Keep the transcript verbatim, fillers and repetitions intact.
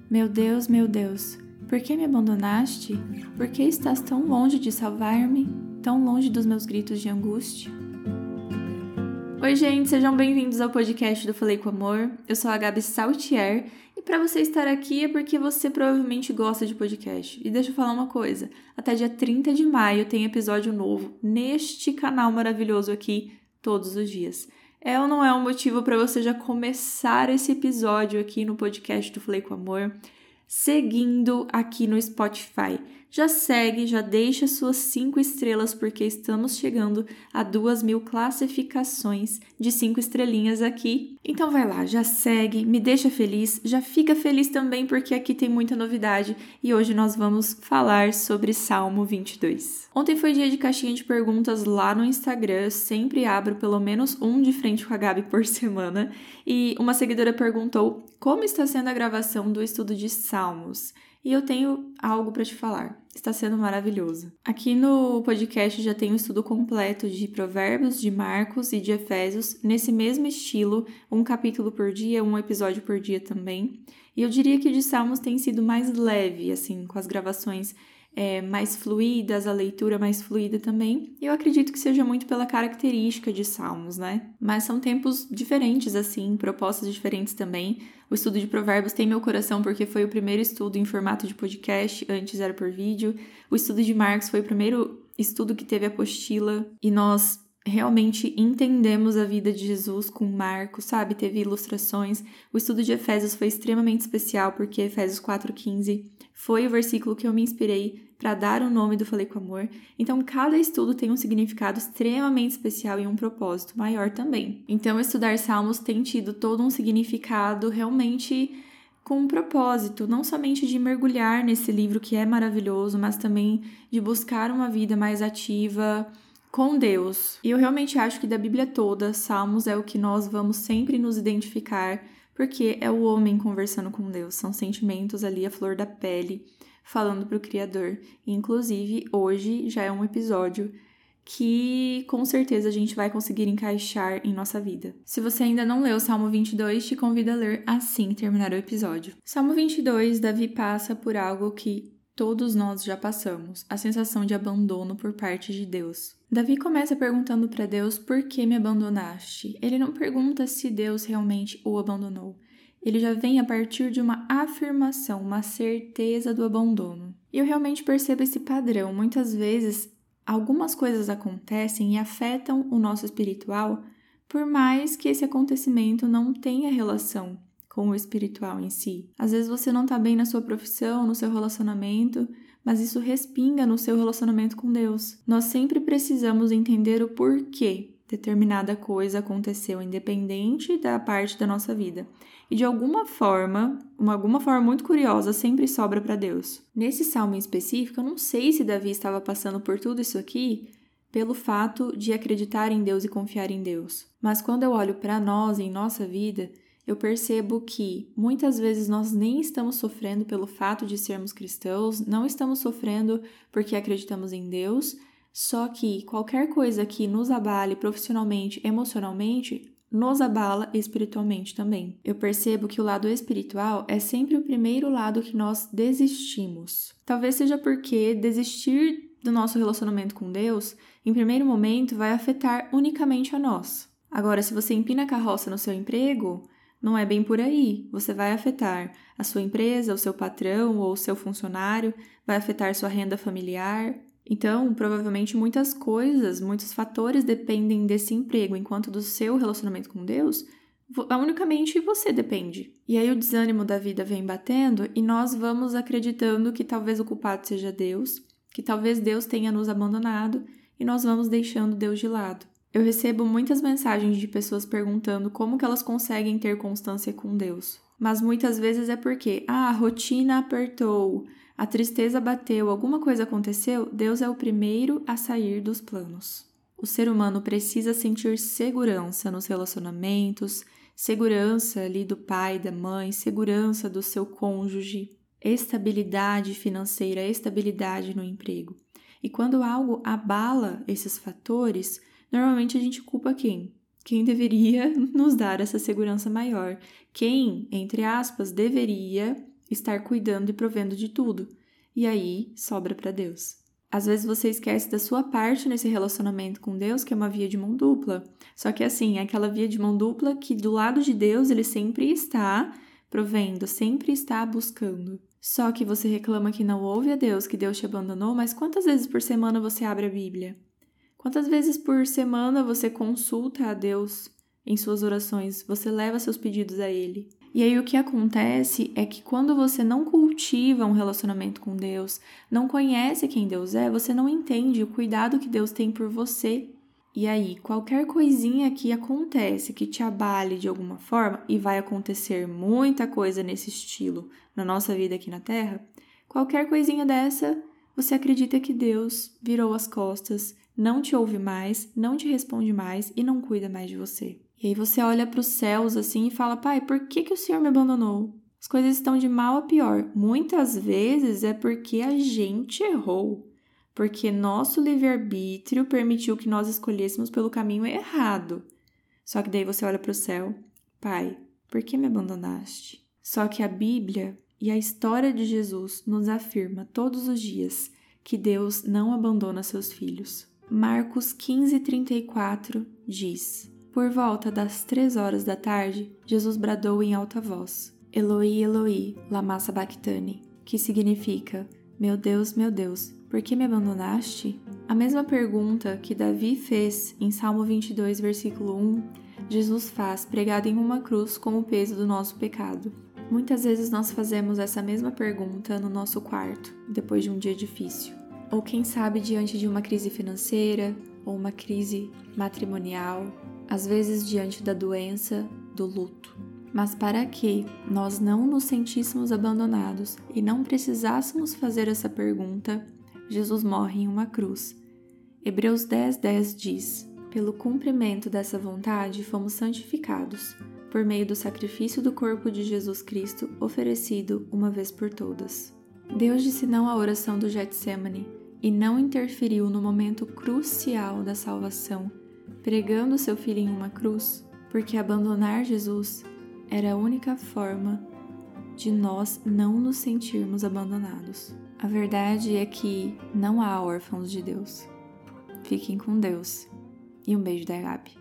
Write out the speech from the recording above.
Meu Deus, meu Deus, por que me abandonaste? Por que estás tão longe de salvar-me? Tão longe dos meus gritos de angústia? Oi, gente, sejam bem-vindos ao podcast do Falei com Amor. Eu sou a Gabi Saltier e para você estar aqui é porque você provavelmente gosta de podcast. E deixa eu falar uma coisa, até dia trinta de maio tem episódio novo neste canal maravilhoso aqui, todos os dias. É ou não é um motivo para você já começar esse episódio aqui no podcast do Falei com Amor, seguindo aqui no Spotify? Já segue, já deixa suas cinco estrelas, porque estamos chegando a duas mil classificações de cinco estrelinhas aqui. Então vai lá, já segue, me deixa feliz, já fica feliz também porque aqui tem muita novidade e hoje nós vamos falar sobre Salmo vinte e dois. Ontem foi dia de caixinha de perguntas lá no Instagram, eu sempre abro pelo menos um de frente com a Gabi por semana e uma seguidora perguntou como está sendo a gravação do estudo de Salmos. E eu tenho algo para te falar. Está sendo maravilhoso. Aqui no podcast já tem um estudo completo de Provérbios, de Marcos e de Efésios, nesse mesmo estilo, um capítulo por dia, um episódio por dia também. E eu diria que o de Salmos tem sido mais leve, assim, com as gravações é, mais fluídas, a leitura mais fluida também. E eu acredito que seja muito pela característica de Salmos, né? Mas são tempos diferentes, assim, propostas diferentes também. O estudo de Provérbios tem meu coração porque foi o primeiro estudo em formato de podcast, antes era por vídeo. O estudo de Marcos foi o primeiro estudo que teve apostila e nós realmente entendemos a vida de Jesus com Marcos, sabe? Teve ilustrações. O estudo de Efésios foi extremamente especial porque Efésios quatro quinze foi o versículo que eu me inspirei para dar o nome do Falei com Amor. Então, cada estudo tem um significado extremamente especial e um propósito maior também. Então, estudar Salmos tem tido todo um significado realmente com um propósito, não somente de mergulhar nesse livro que é maravilhoso, mas também de buscar uma vida mais ativa com Deus. E eu realmente acho que da Bíblia toda, Salmos é o que nós vamos sempre nos identificar, porque é o homem conversando com Deus, são sentimentos ali à flor da pele, falando para o Criador. E, inclusive, hoje já é um episódio que com certeza a gente vai conseguir encaixar em nossa vida. Se você ainda não leu o Salmo vinte e dois, te convido a ler assim que terminar o episódio. Salmo vinte e dois, Davi passa por algo que todos nós já passamos, a sensação de abandono por parte de Deus. Davi começa perguntando para Deus por que me abandonaste. Ele não pergunta se Deus realmente o abandonou. Ele já vem a partir de uma afirmação, uma certeza do abandono. E eu realmente percebo esse padrão. Muitas vezes, algumas coisas acontecem e afetam o nosso espiritual, por mais que esse acontecimento não tenha relação com o espiritual em si. Às vezes você não está bem na sua profissão, no seu relacionamento, mas isso respinga no seu relacionamento com Deus. Nós sempre precisamos entender o porquê determinada coisa aconteceu, independente da parte da nossa vida. E de alguma forma, uma alguma forma muito curiosa, sempre sobra para Deus. Nesse salmo em específico, eu não sei se Davi estava passando por tudo isso aqui pelo fato de acreditar em Deus e confiar em Deus. Mas quando eu olho para nós, em nossa vida, eu percebo que muitas vezes nós nem estamos sofrendo pelo fato de sermos cristãos, não estamos sofrendo porque acreditamos em Deus, só que qualquer coisa que nos abale profissionalmente, emocionalmente, nos abala espiritualmente também. Eu percebo que o lado espiritual é sempre o primeiro lado que nós desistimos. Talvez seja porque desistir do nosso relacionamento com Deus, em primeiro momento, vai afetar unicamente a nós. Agora, se você empina a carroça no seu emprego, não é bem por aí. Você vai afetar a sua empresa, o seu patrão ou o seu funcionário, vai afetar sua renda familiar. Então, provavelmente muitas coisas, muitos fatores dependem desse emprego, enquanto do seu relacionamento com Deus, unicamente você depende. E aí o desânimo da vida vem batendo e nós vamos acreditando que talvez o culpado seja Deus, que talvez Deus tenha nos abandonado e nós vamos deixando Deus de lado. Eu recebo muitas mensagens de pessoas perguntando como que elas conseguem ter constância com Deus. Mas muitas vezes é porque, ah, a rotina apertou, a tristeza bateu, alguma coisa aconteceu, Deus é o primeiro a sair dos planos. O ser humano precisa sentir segurança nos relacionamentos, segurança ali do pai, da mãe, segurança do seu cônjuge, estabilidade financeira, estabilidade no emprego. E quando algo abala esses fatores, normalmente a gente culpa quem? Quem deveria nos dar essa segurança maior. Quem, entre aspas, deveria estar cuidando e provendo de tudo. E aí, sobra para Deus. Às vezes você esquece da sua parte nesse relacionamento com Deus, que é uma via de mão dupla. Só que assim, é aquela via de mão dupla que do lado de Deus ele sempre está provendo, sempre está buscando. Só que você reclama que não ouve a Deus, que Deus te abandonou, mas quantas vezes por semana você abre a Bíblia? Quantas vezes por semana você consulta a Deus em suas orações? Você leva seus pedidos a Ele? E aí o que acontece é que quando você não cultiva um relacionamento com Deus, não conhece quem Deus é, você não entende o cuidado que Deus tem por você. E aí, qualquer coisinha que acontece, que te abale de alguma forma, e vai acontecer muita coisa nesse estilo na nossa vida aqui na Terra, qualquer coisinha dessa, você acredita que Deus virou as costas, não te ouve mais, não te responde mais e não cuida mais de você. E aí você olha para os céus assim e fala, pai, por que, que o Senhor me abandonou? As coisas estão de mal a pior. Muitas vezes é porque a gente errou. Porque nosso livre-arbítrio permitiu que nós escolhêssemos pelo caminho errado. Só que daí você olha para o céu, pai, por que me abandonaste? Só que a Bíblia e a história de Jesus nos afirma todos os dias que Deus não abandona seus filhos. Marcos quinze, trinta e quatro diz: Por volta das três horas da tarde, Jesus bradou em alta voz, Eloi, Eloi, lama sabachthani, que significa, meu Deus, meu Deus, por que me abandonaste? A mesma pergunta que Davi fez em Salmo vinte e dois, versículo um, Jesus faz pregado em uma cruz com o peso do nosso pecado. Muitas vezes nós fazemos essa mesma pergunta no nosso quarto, depois de um dia difícil. Ou quem sabe diante de uma crise financeira, ou uma crise matrimonial, às vezes diante da doença, do luto. Mas para que nós não nos sentíssemos abandonados e não precisássemos fazer essa pergunta, Jesus morre em uma cruz. Hebreus dez, dez diz, pelo cumprimento dessa vontade fomos santificados, por meio do sacrifício do corpo de Jesus Cristo oferecido uma vez por todas. Deus disse não à oração do Getsêmani e não interferiu no momento crucial da salvação, pregando seu filho em uma cruz, porque abandonar Jesus era a única forma de nós não nos sentirmos abandonados. A verdade é que não há órfãos de Deus. Fiquem com Deus. E um beijo da Gabi.